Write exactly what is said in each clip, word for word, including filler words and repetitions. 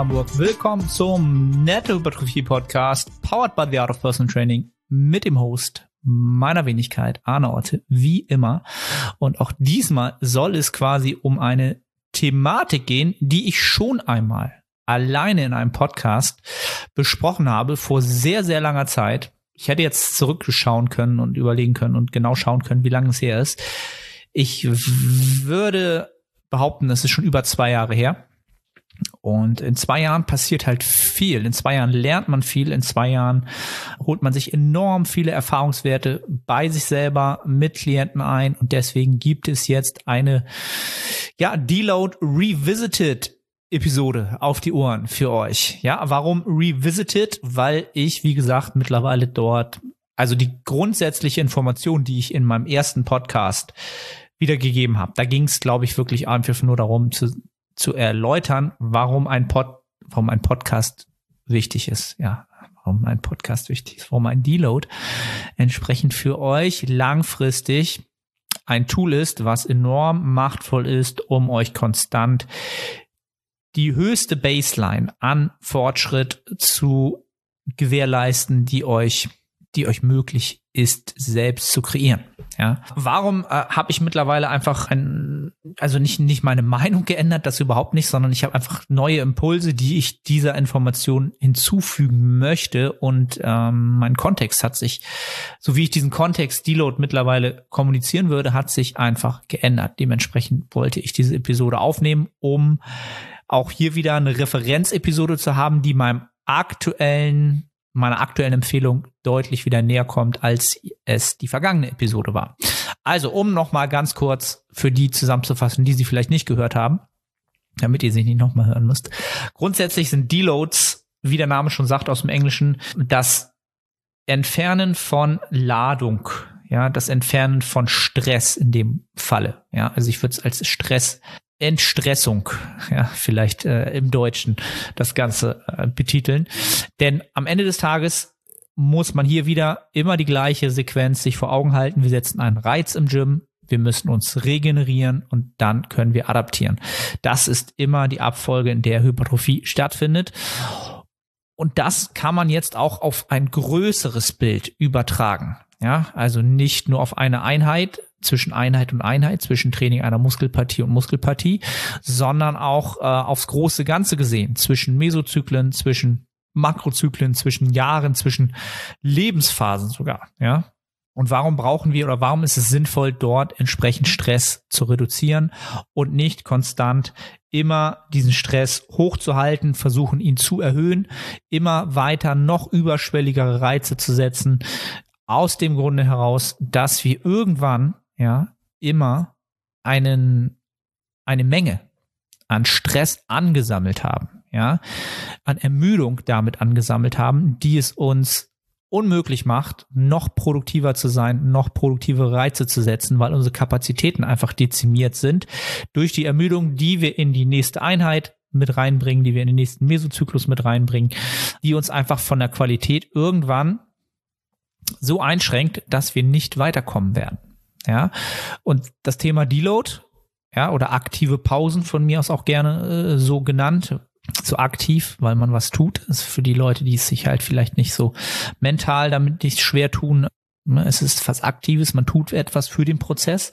Hamburg. Willkommen zum Nettohypertrophie-Podcast, powered by the Art of Personal Training, mit dem Host meiner Wenigkeit, Arne Otte, wie immer. Und auch diesmal soll es quasi um eine Thematik gehen, die ich schon einmal alleine in einem Podcast besprochen habe, vor sehr, sehr langer Zeit. Ich hätte jetzt zurückschauen können und überlegen können und genau schauen können, wie lange es her ist. Ich würde behaupten, es ist schon über zwei Jahre her. Und in zwei Jahren passiert halt viel. In zwei Jahren lernt man viel. In zwei Jahren holt man sich enorm viele Erfahrungswerte bei sich selber mit Klienten ein. Und deswegen gibt es jetzt eine, ja, Deload Revisited Episode auf die Ohren für euch. Ja, warum Revisited? Weil ich, wie gesagt, mittlerweile dort, also die grundsätzliche Information, die ich in meinem ersten Podcast wiedergegeben habe, da ging es, glaube ich, wirklich einfach nur darum, zu zu erläutern, warum ein Pod, warum ein Podcast wichtig ist. Ja, warum ein Podcast wichtig ist, warum ein Deload entsprechend für euch langfristig ein Tool ist, was enorm machtvoll ist, um euch konstant die höchste Baseline an Fortschritt zu gewährleisten, die euch, die euch möglich ist, selbst zu kreieren. Ja, warum äh, habe ich mittlerweile einfach ein, also nicht nicht meine Meinung geändert, das überhaupt nicht, sondern ich habe einfach neue Impulse, die ich dieser Information hinzufügen möchte, und ähm, mein Kontext hat sich, so wie ich diesen Kontext Deload mittlerweile kommunizieren würde, hat sich einfach geändert. Dementsprechend wollte ich diese Episode aufnehmen, um auch hier wieder eine Referenzepisode zu haben, die meinem aktuellen meiner aktuellen Empfehlung deutlich wieder näher kommt, als es die vergangene Episode war. Also, um nochmal ganz kurz für die zusammenzufassen, die sie vielleicht nicht gehört haben, damit ihr sie nicht nochmal hören müsst. Grundsätzlich sind Deloads, wie der Name schon sagt, aus dem Englischen, das Entfernen von Ladung, ja, das Entfernen von Stress in dem Falle. Ja, also ich würde es als Stress Entstressung, ja, vielleicht äh, im Deutschen das Ganze äh, betiteln. Denn am Ende des Tages muss man hier wieder immer die gleiche Sequenz sich vor Augen halten. Wir setzen einen Reiz im Gym, wir müssen uns regenerieren und dann können wir adaptieren. Das ist immer die Abfolge, in der Hypertrophie stattfindet. Und das kann man jetzt auch auf ein größeres Bild übertragen. Ja, also nicht nur auf eine Einheit, zwischen Einheit und Einheit, zwischen Training einer Muskelpartie und Muskelpartie, sondern auch äh, aufs große Ganze gesehen, zwischen Mesozyklen, zwischen Makrozyklen, zwischen Jahren, zwischen Lebensphasen sogar, ja. Und warum brauchen wir oder warum ist es sinnvoll, dort entsprechend Stress zu reduzieren und nicht konstant immer diesen Stress hochzuhalten, versuchen ihn zu erhöhen, immer weiter noch überschwelligere Reize zu setzen, aus dem Grunde heraus, dass wir irgendwann ja immer einen eine Menge an Stress angesammelt haben, ja, an Ermüdung damit angesammelt haben, die es uns unmöglich macht, noch produktiver zu sein, noch produktive Reize zu setzen, weil unsere Kapazitäten einfach dezimiert sind durch die Ermüdung, die wir in die nächste Einheit mit reinbringen, die wir in den nächsten Mesozyklus mit reinbringen, die uns einfach von der Qualität irgendwann so einschränkt, dass wir nicht weiterkommen werden. Ja, und das Thema Deload, ja, oder aktive Pausen von mir aus auch gerne äh, so genannt, so aktiv, weil man was tut, ist für die Leute, die es sich halt vielleicht nicht so mental damit nicht schwer tun, es ist was Aktives, man tut etwas für den Prozess,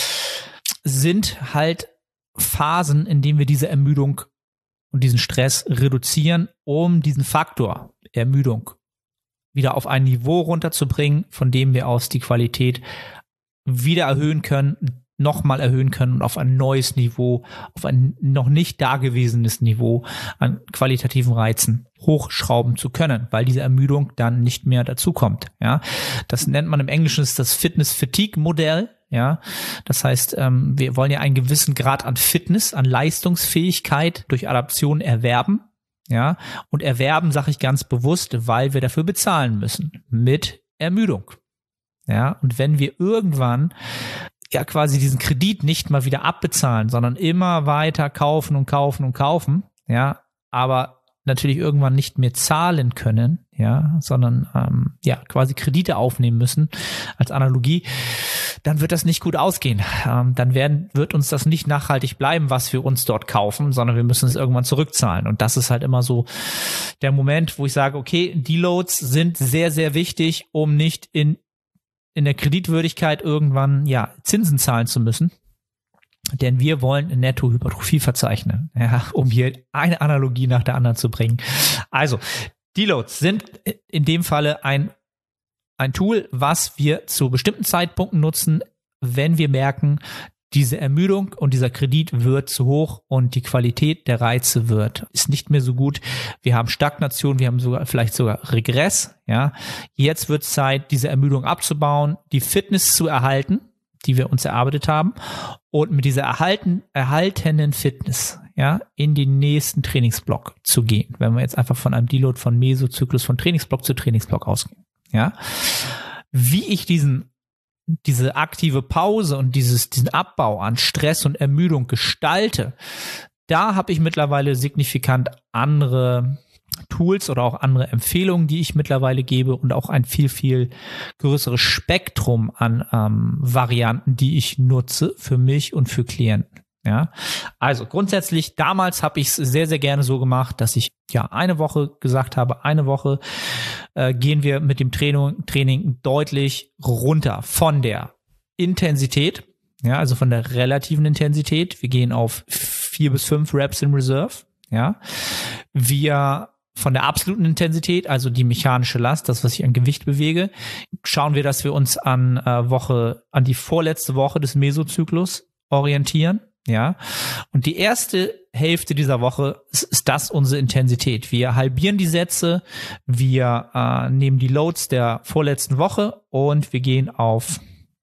sind halt Phasen, in denen wir diese Ermüdung und diesen Stress reduzieren, um diesen Faktor Ermüdung wieder auf ein Niveau runterzubringen, von dem wir aus die Qualität wieder erhöhen können, nochmal erhöhen können und auf ein neues Niveau, auf ein noch nicht dagewesenes Niveau an qualitativen Reizen hochschrauben zu können, weil diese Ermüdung dann nicht mehr dazukommt. Ja, das nennt man im Englischen das Fitness-Fatigue-Modell. Ja, das heißt, ähm, wir wollen ja einen gewissen Grad an Fitness, an Leistungsfähigkeit durch Adaption erwerben. Ja, und erwerben sage ich ganz bewusst, weil wir dafür bezahlen müssen mit Ermüdung. Ja, und wenn wir irgendwann ja quasi diesen Kredit nicht mal wieder abbezahlen, sondern immer weiter kaufen und kaufen und kaufen, ja, aber natürlich irgendwann nicht mehr zahlen können, ja, sondern ähm, ja quasi Kredite aufnehmen müssen als Analogie, dann wird das nicht gut ausgehen. Ähm, dann werden wird uns das nicht nachhaltig bleiben, was wir uns dort kaufen, sondern wir müssen es irgendwann zurückzahlen. Und das ist halt immer so der Moment, wo ich sage, okay, Deloads sind sehr, sehr wichtig, um nicht in in der Kreditwürdigkeit irgendwann ja Zinsen zahlen zu müssen. Denn wir wollen Nettohypertrophie verzeichnen, ja, um hier eine Analogie nach der anderen zu bringen. Also, Deloads sind in dem Falle ein, ein Tool, was wir zu bestimmten Zeitpunkten nutzen, wenn wir merken, diese Ermüdung und dieser Kredit wird zu hoch und die Qualität der Reize wird, ist nicht mehr so gut. Wir haben Stagnation, wir haben sogar vielleicht sogar Regress, ja. Jetzt wird es Zeit, diese Ermüdung abzubauen, die Fitness zu erhalten, die wir uns erarbeitet haben, und mit dieser erhalten, erhaltenen Fitness, ja, in den nächsten Trainingsblock zu gehen. Wenn wir jetzt einfach von einem Deload von Mesozyklus von Trainingsblock zu Trainingsblock ausgehen, ja. Wie ich diesen, diese aktive Pause und dieses, diesen Abbau an Stress und Ermüdung gestalte, da habe ich mittlerweile signifikant andere Tools oder auch andere Empfehlungen, die ich mittlerweile gebe und auch ein viel, viel größeres Spektrum an ähm, Varianten, die ich nutze für mich und für Klienten. Ja, also grundsätzlich, damals habe ich es sehr, sehr gerne so gemacht, dass ich ja eine Woche gesagt habe, eine Woche äh, gehen wir mit dem Training, Training deutlich runter von der Intensität, ja, also von der relativen Intensität. Wir gehen auf vier bis fünf Reps in Reserve, ja. Wir von der absoluten Intensität, also die mechanische Last, das, was ich an Gewicht bewege, schauen wir, dass wir uns an äh, Woche, an die vorletzte Woche des Mesozyklus orientieren. Ja, und die erste Hälfte dieser Woche ist, ist das unsere Intensität. Wir halbieren die Sätze, wir äh, nehmen die Loads der vorletzten Woche und wir gehen auf,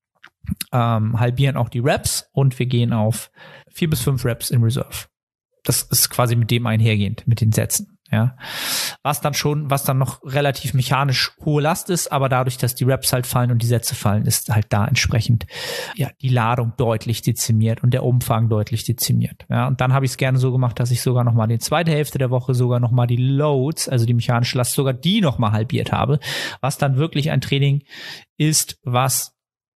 ähm, halbieren auch die Reps und wir gehen auf vier bis fünf Reps in Reserve. Das ist quasi mit dem einhergehend, mit den Sätzen. Ja, was dann schon, was dann noch relativ mechanisch hohe Last ist, aber dadurch, dass die Reps halt fallen und die Sätze fallen, ist halt da entsprechend ja die Ladung deutlich dezimiert und der Umfang deutlich dezimiert. Ja, und dann habe ich es gerne so gemacht, dass ich sogar noch mal die zweite Hälfte der Woche sogar noch mal die Loads, also die mechanische Last, sogar die noch mal halbiert habe, was dann wirklich ein Training ist, was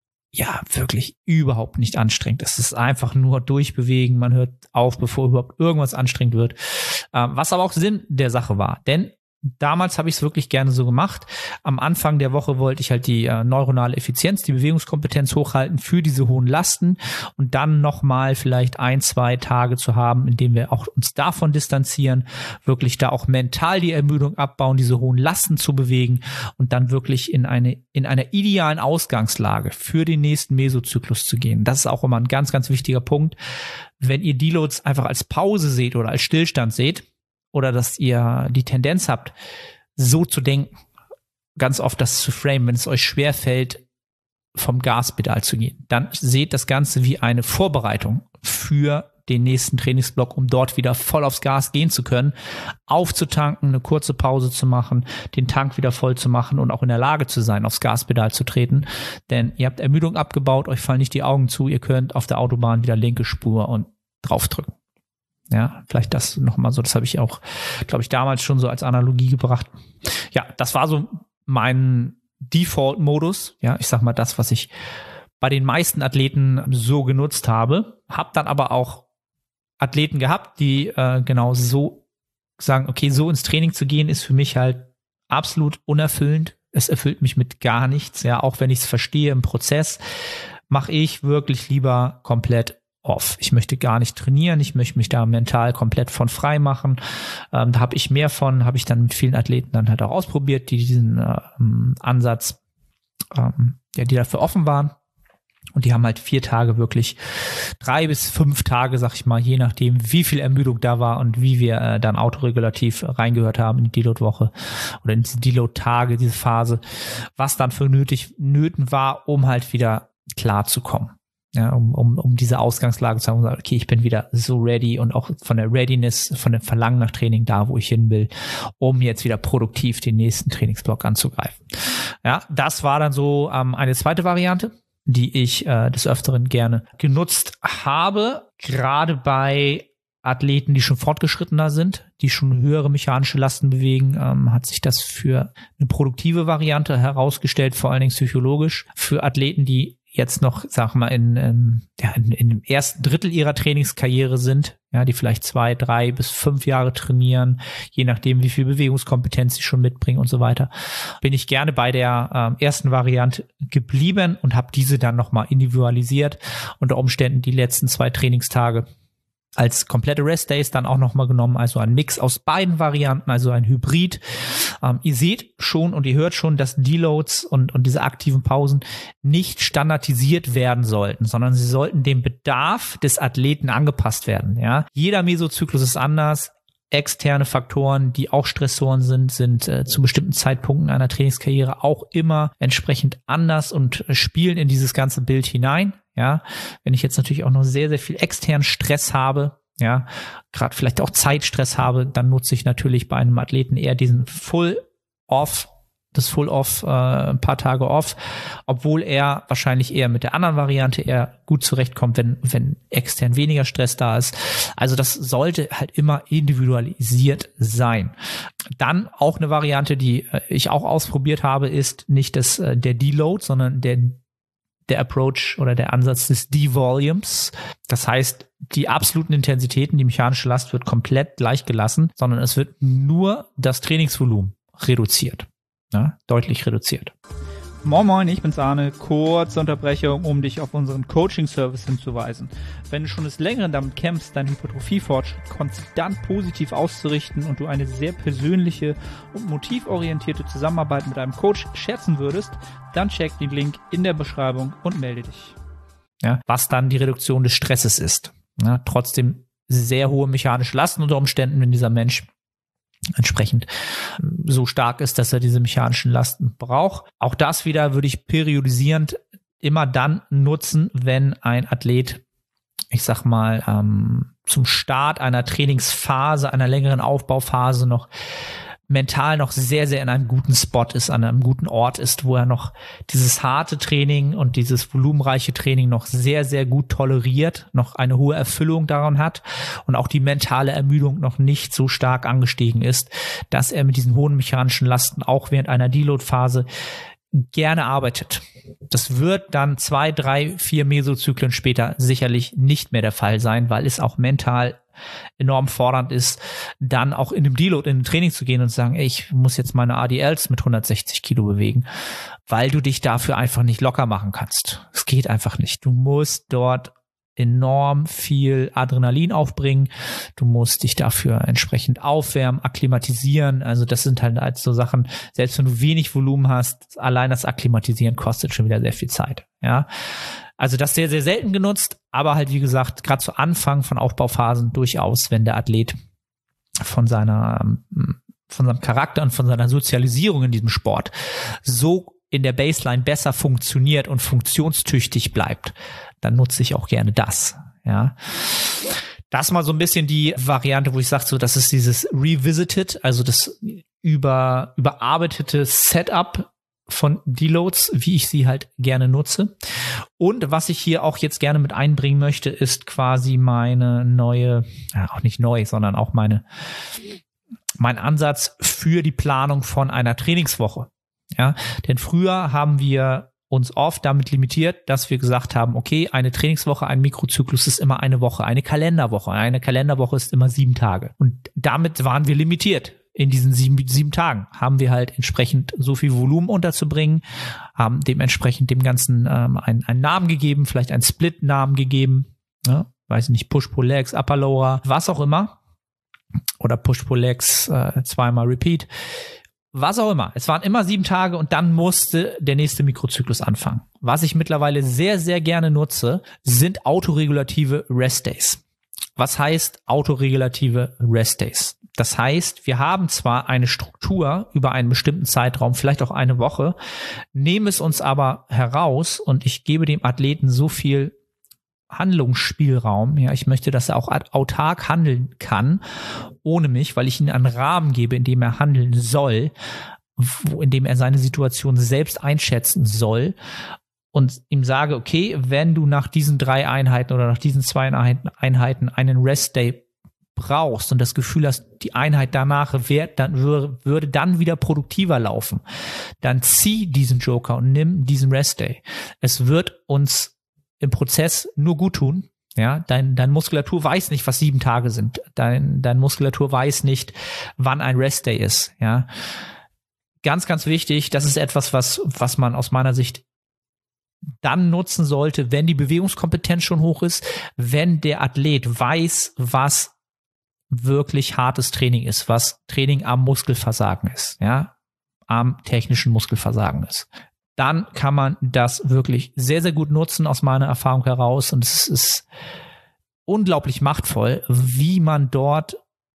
ja wirklich überhaupt nicht anstrengend. Es ist einfach nur durchbewegen. Man hört auf, bevor überhaupt irgendwas anstrengend wird. Ähm, was aber auch Sinn der Sache war. Denn damals habe ich es wirklich gerne so gemacht. Am Anfang der Woche wollte ich halt die äh, neuronale Effizienz, die Bewegungskompetenz hochhalten für diese hohen Lasten und dann nochmal vielleicht ein, zwei Tage zu haben, in denen wir auch uns davon distanzieren, wirklich da auch mental die Ermüdung abbauen, diese hohen Lasten zu bewegen und dann wirklich in eine in einer idealen Ausgangslage für den nächsten Mesozyklus zu gehen. Das ist auch immer ein ganz, ganz wichtiger Punkt. Wenn ihr Deloads einfach als Pause seht oder als Stillstand seht, oder dass ihr die Tendenz habt, so zu denken, ganz oft das zu framen, wenn es euch schwerfällt, vom Gaspedal zu gehen, dann seht das Ganze wie eine Vorbereitung für den nächsten Trainingsblock, um dort wieder voll aufs Gas gehen zu können, aufzutanken, eine kurze Pause zu machen, den Tank wieder voll zu machen und auch in der Lage zu sein, aufs Gaspedal zu treten. Denn ihr habt Ermüdung abgebaut, euch fallen nicht die Augen zu, ihr könnt auf der Autobahn wieder linke Spur und draufdrücken. Ja, vielleicht das nochmal so, das habe ich auch, glaube ich, damals schon so als Analogie gebracht. Ja, das war so mein Default-Modus. Ja, ich sag mal das, was ich bei den meisten Athleten so genutzt habe. Hab dann aber auch Athleten gehabt, die äh, genau so sagen, okay, so ins Training zu gehen, ist für mich halt absolut unerfüllend. Es erfüllt mich mit gar nichts. Ja, auch wenn ich es verstehe im Prozess, mache ich wirklich lieber komplett off. Ich möchte gar nicht trainieren, ich möchte mich da mental komplett von frei machen. Ähm, da habe ich mehr von, habe ich dann mit vielen Athleten dann halt auch ausprobiert, die diesen ähm, Ansatz, ähm, ja, die dafür offen waren. Und die haben halt vier Tage wirklich, drei bis fünf Tage, sag ich mal, je nachdem, wie viel Ermüdung da war und wie wir äh, dann autoregulativ reingehört haben in die Deload-Woche oder in diese Deload-Tage, diese Phase, was dann für nötig, nöten war, um halt wieder klar zu kommen. Ja, um, um, um diese Ausgangslage zu haben, okay, ich bin wieder so ready und auch von der Readiness, von dem Verlangen nach Training da, wo ich hin will, um jetzt wieder produktiv den nächsten Trainingsblock anzugreifen. Ja, das war dann so ähm, eine zweite Variante, die ich äh, des Öfteren gerne genutzt habe, gerade bei Athleten, die schon fortgeschrittener sind, die schon höhere mechanische Lasten bewegen, ähm, hat sich das für eine produktive Variante herausgestellt, vor allen Dingen psychologisch. Für Athleten, die jetzt noch, sag mal, in, in, ja, in, in dem ersten Drittel ihrer Trainingskarriere sind, ja, die vielleicht zwei, drei bis fünf Jahre trainieren, je nachdem, wie viel Bewegungskompetenz sie schon mitbringen und so weiter, bin ich gerne bei der ähm, ersten Variante geblieben und habe diese dann nochmal individualisiert, unter Umständen die letzten zwei Trainingstage als komplette Rest-Days dann auch nochmal genommen, also ein Mix aus beiden Varianten, also ein Hybrid. Ähm, ihr seht schon und ihr hört schon, dass Deloads und, und diese aktiven Pausen nicht standardisiert werden sollten, sondern sie sollten dem Bedarf des Athleten angepasst werden. Ja? Jeder Mesozyklus ist anders. Externe Faktoren, die auch Stressoren sind, sind äh, zu bestimmten Zeitpunkten einer Trainingskarriere auch immer entsprechend anders und äh, spielen in dieses ganze Bild hinein. Ja, wenn ich jetzt natürlich auch noch sehr, sehr viel externen Stress habe, ja, gerade vielleicht auch Zeitstress habe, dann nutze ich natürlich bei einem Athleten eher diesen Full-Off, das Full-Off, äh, ein paar Tage off, obwohl er wahrscheinlich eher mit der anderen Variante eher gut zurechtkommt, wenn, wenn extern weniger Stress da ist. Also das sollte halt immer individualisiert sein. Dann auch eine Variante, die äh, ich auch ausprobiert habe, ist nicht das, äh, der Deload, sondern der der Approach oder der Ansatz des D-Volumes. Das heißt, die absoluten Intensitäten, die mechanische Last wird komplett gleich gelassen, sondern es wird nur das Trainingsvolumen reduziert. Ja, deutlich reduziert. Moin Moin, ich bin's Arne. Kurze Unterbrechung, um dich auf unseren Coaching-Service hinzuweisen. Wenn du schon des Längeren damit kämpfst, deinen Hypertrophie-Fortschritt konstant positiv auszurichten und du eine sehr persönliche und motivorientierte Zusammenarbeit mit einem Coach schätzen würdest, dann check den Link in der Beschreibung und melde dich. Ja, was dann die Reduktion des Stresses ist. Ja, trotzdem sehr hohe mechanische Lasten unter Umständen, wenn dieser Mensch entsprechend so stark ist, dass er diese mechanischen Lasten braucht. Auch das wieder würde ich periodisierend immer dann nutzen, wenn ein Athlet, ich sag mal, ähm, zum Start einer Trainingsphase, einer längeren Aufbauphase noch mental noch sehr, sehr in einem guten Spot ist, an einem guten Ort ist, wo er noch dieses harte Training und dieses volumenreiche Training noch sehr, sehr gut toleriert, noch eine hohe Erfüllung daran hat und auch die mentale Ermüdung noch nicht so stark angestiegen ist, dass er mit diesen hohen mechanischen Lasten auch während einer Deload-Phase gerne arbeitet. Das wird dann zwei, drei, vier Mesozyklen später sicherlich nicht mehr der Fall sein, weil es auch mental enorm fordernd ist, dann auch in dem Deload in ein Training zu gehen und zu sagen, ey, ich muss jetzt meine A D Ls mit hundertsechzig Kilo bewegen, weil du dich dafür einfach nicht locker machen kannst. Es geht einfach nicht. Du musst dort enorm viel Adrenalin aufbringen. Du musst dich dafür entsprechend aufwärmen, akklimatisieren. Also das sind halt, halt so Sachen, selbst wenn du wenig Volumen hast, allein das Akklimatisieren kostet schon wieder sehr viel Zeit. Ja, also das sehr, sehr selten genutzt, aber halt wie gesagt, gerade zu Anfang von Aufbauphasen durchaus, wenn der Athlet von seiner, von seinem Charakter und von seiner Sozialisierung in diesem Sport so in der Baseline besser funktioniert und funktionstüchtig bleibt, dann nutze ich auch gerne das. Ja, das mal so ein bisschen die Variante, wo ich sage, so, das ist dieses Revisited, also das über überarbeitete Setup von Deloads, wie ich sie halt gerne nutze. Und was ich hier auch jetzt gerne mit einbringen möchte, ist quasi meine neue, ja, auch nicht neu, sondern auch meine mein Ansatz für die Planung von einer Trainingswoche. Ja, denn früher haben wir uns oft damit limitiert, dass wir gesagt haben, okay, eine Trainingswoche, ein Mikrozyklus ist immer eine Woche, eine Kalenderwoche. Eine Kalenderwoche ist immer sieben Tage. Und damit waren wir limitiert. In diesen sieben, sieben Tagen haben wir halt entsprechend so viel Volumen unterzubringen, haben dementsprechend dem Ganzen ähm, einen, einen Namen gegeben, vielleicht einen Split-Namen gegeben, ja, weiß nicht, Push-Pull-Legs, Upper-Lower, was auch immer. Oder Push-Pull-Legs, äh, zweimal Repeat. Was auch immer. Es waren immer sieben Tage und dann musste der nächste Mikrozyklus anfangen. Was ich mittlerweile sehr, sehr gerne nutze, sind autoregulative Rest-Days. Was heißt autoregulative Rest-Days? Das heißt, wir haben zwar eine Struktur über einen bestimmten Zeitraum, vielleicht auch eine Woche, nehmen es uns aber heraus und ich gebe dem Athleten so viel Handlungsspielraum. Ja, ich möchte, dass er auch autark handeln kann, ohne mich, weil ich ihm einen Rahmen gebe, in dem er handeln soll, wo, in dem er seine Situation selbst einschätzen soll und ihm sage, okay, wenn du nach diesen drei Einheiten oder nach diesen zwei Einheiten einen Rest Day brauchst und das Gefühl hast, die Einheit danach wird, dann würde, würde dann wieder produktiver laufen, dann zieh diesen Joker und nimm diesen Rest Day. Es wird uns im Prozess nur gut tun. Ja, dein, dein Muskulatur weiß nicht, was sieben Tage sind. Dein, dein Muskulatur weiß nicht, wann ein Rest Day ist. Ja, ganz, ganz wichtig. Das ist etwas, was, was man aus meiner Sicht dann nutzen sollte, wenn die Bewegungskompetenz schon hoch ist, wenn der Athlet weiß, was wirklich hartes Training ist, was Training am Muskelversagen ist, ja, am technischen Muskelversagen ist. Dann kann man das wirklich sehr, sehr gut nutzen aus meiner Erfahrung heraus und es ist unglaublich machtvoll, wie man dort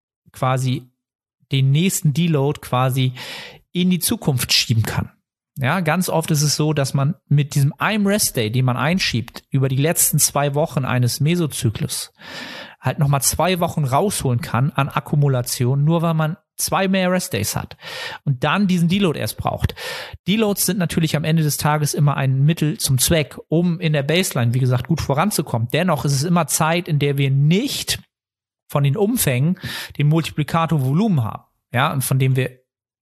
quasi den nächsten Deload quasi in die Zukunft schieben kann. Ja, ganz oft ist es so, dass man mit diesem einem Rest Day, den man einschiebt, über die letzten zwei Wochen eines Mesozyklus halt nochmal zwei Wochen rausholen kann an Akkumulation, nur weil man zwei mehr Rest Days hat und dann diesen Deload erst braucht. Deloads sind natürlich am Ende des Tages immer ein Mittel zum Zweck, um in der Baseline, wie gesagt, gut voranzukommen. Dennoch ist es immer Zeit, in der wir nicht von den Umfängen den Multiplikator Volumen haben, ja, und von dem wir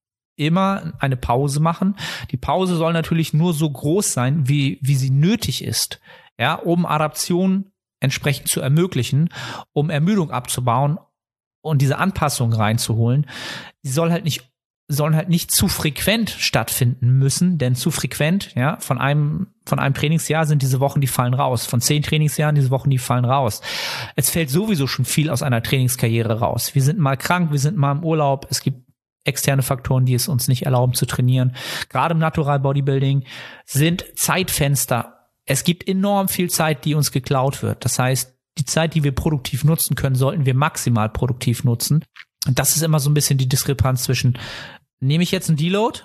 immer eine Pause machen. Die Pause soll natürlich nur so groß sein, wie, wie sie nötig ist, ja, um Adaption entsprechend zu ermöglichen, um Ermüdung abzubauen und diese Anpassung reinzuholen. Die soll halt nicht, sollen halt nicht zu frequent stattfinden müssen, denn zu frequent, ja, von einem, von einem Trainingsjahr sind diese Wochen, die fallen raus. Von zehn Trainingsjahren, diese Wochen, die fallen raus. Es fällt sowieso schon viel aus einer Trainingskarriere raus. Wir sind mal krank, wir sind mal im Urlaub, es gibt externe Faktoren, die es uns nicht erlauben zu trainieren. Gerade im Natural Bodybuilding sind Zeitfenster. Es gibt enorm viel Zeit, die uns geklaut wird. Das heißt, die Zeit, die wir produktiv nutzen können, sollten wir maximal produktiv nutzen. Und das ist immer so ein bisschen die Diskrepanz zwischen, nehme ich jetzt einen Deload,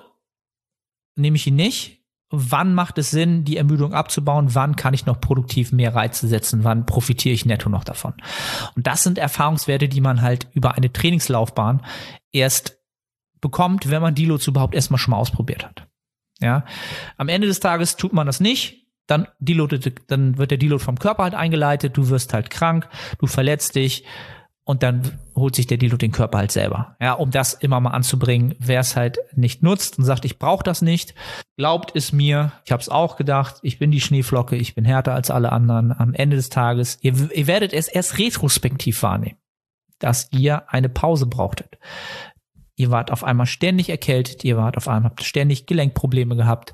nehme ich ihn nicht? Wann macht es Sinn, die Ermüdung abzubauen? Wann kann ich noch produktiv mehr Reize setzen? Wann profitiere ich netto noch davon? Und das sind Erfahrungswerte, die man halt über eine Trainingslaufbahn erst bekommt, wenn man Deloads überhaupt erstmal schon mal ausprobiert hat. Ja, am Ende des Tages tut man das nicht. Dann, deloadet, dann wird der Deload vom Körper halt eingeleitet, du wirst halt krank, du verletzt dich und dann holt sich der Deload den Körper halt selber. Ja, um das immer mal anzubringen, wer es halt nicht nutzt und sagt, ich brauche das nicht, glaubt es mir, ich habe es auch gedacht, ich bin die Schneeflocke, ich bin härter als alle anderen. Am Ende des Tages, ihr, ihr werdet es erst retrospektiv wahrnehmen, dass ihr eine Pause brauchtet. Ihr wart auf einmal ständig erkältet, ihr wart auf einmal, habt ständig Gelenkprobleme gehabt.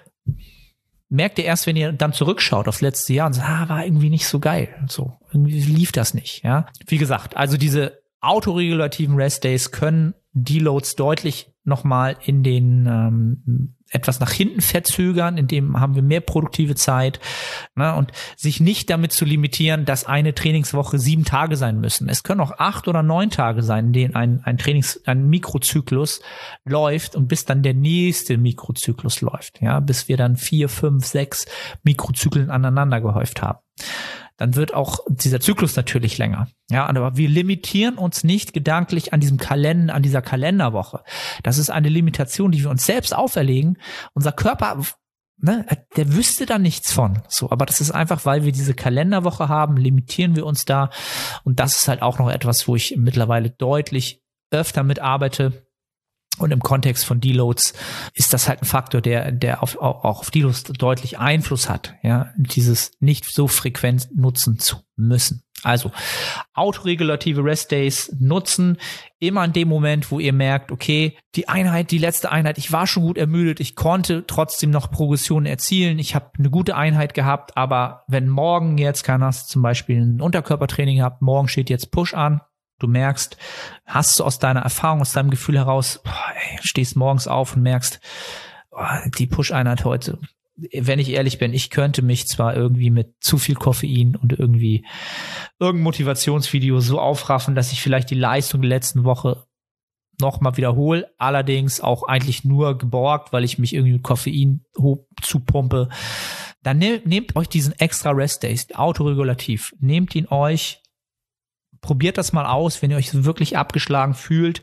Merkt ihr erst, wenn ihr dann zurückschaut aufs letzte Jahr und sagt, ah, war irgendwie nicht so geil. So, irgendwie lief das nicht, ja. Wie gesagt, also diese autoregulativen Rest Days können Deloads deutlich nochmal in den ähm, etwas nach hinten verzögern, in dem haben wir mehr produktive Zeit, ne, und sich nicht damit zu limitieren, dass eine Trainingswoche sieben Tage sein müssen. Es können auch acht oder neun Tage sein, in denen ein, ein Trainings, ein Mikrozyklus läuft und bis dann der nächste Mikrozyklus läuft, ja, bis wir dann vier, fünf, sechs Mikrozyklen aneinander gehäuft haben. Dann wird auch dieser Zyklus natürlich länger. Ja, aber wir limitieren uns nicht gedanklich an diesem Kalender, an dieser Kalenderwoche. Das ist eine Limitation, die wir uns selbst auferlegen. Unser Körper, ne, der wüsste da nichts von. So, aber das ist einfach, weil wir diese Kalenderwoche haben, limitieren wir uns da. Und das ist halt auch noch etwas, wo ich mittlerweile deutlich öfter mitarbeite. Und im Kontext von Deloads ist das halt ein Faktor, der, der auf, auch auf Deloads deutlich Einfluss hat, ja, dieses nicht so frequent nutzen zu müssen. Also, autoregulative Rest Days nutzen, immer in dem Moment, wo ihr merkt, okay, die Einheit, die letzte Einheit, ich war schon gut ermüdet, ich konnte trotzdem noch Progressionen erzielen, ich habe eine gute Einheit gehabt, aber wenn morgen jetzt, kann das zum Beispiel ein Unterkörpertraining habt, morgen steht jetzt Push an, du merkst, hast du aus deiner Erfahrung, aus deinem Gefühl heraus, boah, ey, stehst morgens auf und merkst, boah, die Push-Einheit heute, wenn ich ehrlich bin, ich könnte mich zwar irgendwie mit zu viel Koffein und irgendwie irgendein Motivationsvideo so aufraffen, dass ich vielleicht die Leistung der letzten Woche nochmal wiederhole, allerdings auch eigentlich nur geborgt, weil ich mich irgendwie mit Koffein hoch zupumpe. Dann nehmt, nehmt euch diesen extra Rest Days, autoregulativ, nehmt ihn euch, probiert das mal aus, wenn ihr euch wirklich abgeschlagen fühlt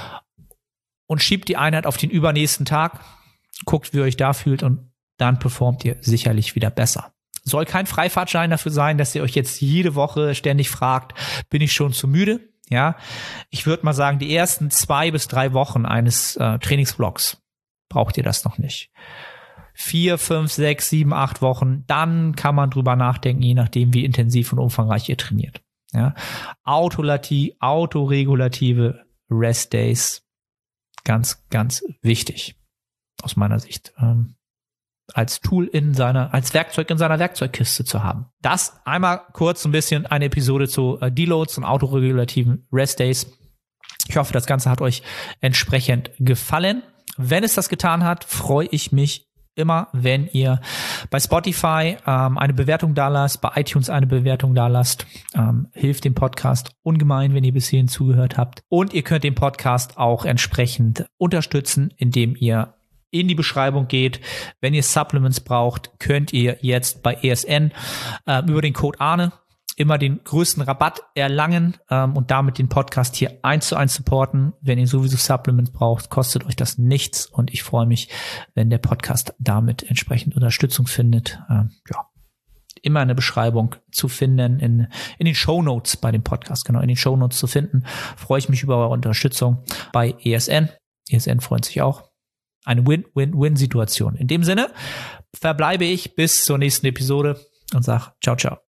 und schiebt die Einheit auf den übernächsten Tag, guckt, wie ihr euch da fühlt und dann performt ihr sicherlich wieder besser. Soll kein Freifahrtschein dafür sein, dass ihr euch jetzt jede Woche ständig fragt, bin ich schon zu müde? Ja, ich würde mal sagen, die ersten zwei bis drei Wochen eines äh, Trainingsblocks braucht ihr das noch nicht. Vier, fünf, sechs, sieben, acht Wochen, dann kann man drüber nachdenken, je nachdem, wie intensiv und umfangreich ihr trainiert. Ja, Autolati, autoregulative Rest-Days, ganz, ganz wichtig aus meiner Sicht, ähm, als Tool in seiner, als Werkzeug in seiner Werkzeugkiste zu haben. Das einmal kurz ein bisschen eine Episode zu äh, Deloads und autoregulativen Rest-Days. Ich hoffe, das Ganze hat euch entsprechend gefallen. Wenn es das getan hat, freue ich mich immer, wenn ihr bei Spotify ähm, eine Bewertung da lasst, bei iTunes eine Bewertung da lasst. Ähm, hilft dem Podcast ungemein, wenn ihr bis hierhin zugehört habt. Und ihr könnt den Podcast auch entsprechend unterstützen, indem ihr in die Beschreibung geht. Wenn ihr Supplements braucht, könnt ihr jetzt bei E S N äh, über den Code Arne immer den größten Rabatt erlangen ähm, und damit den Podcast hier eins zu eins supporten. Wenn ihr sowieso Supplements braucht, kostet euch das nichts und ich freue mich, wenn der Podcast damit entsprechend Unterstützung findet. Ähm, ja, immer eine Beschreibung zu finden, in, in den Shownotes bei dem Podcast, genau, in den Shownotes zu finden. Freue ich mich über eure Unterstützung bei E S N. E S N freut sich auch. Eine Win-Win-Win-Situation. In dem Sinne verbleibe ich bis zur nächsten Episode und sage ciao, ciao.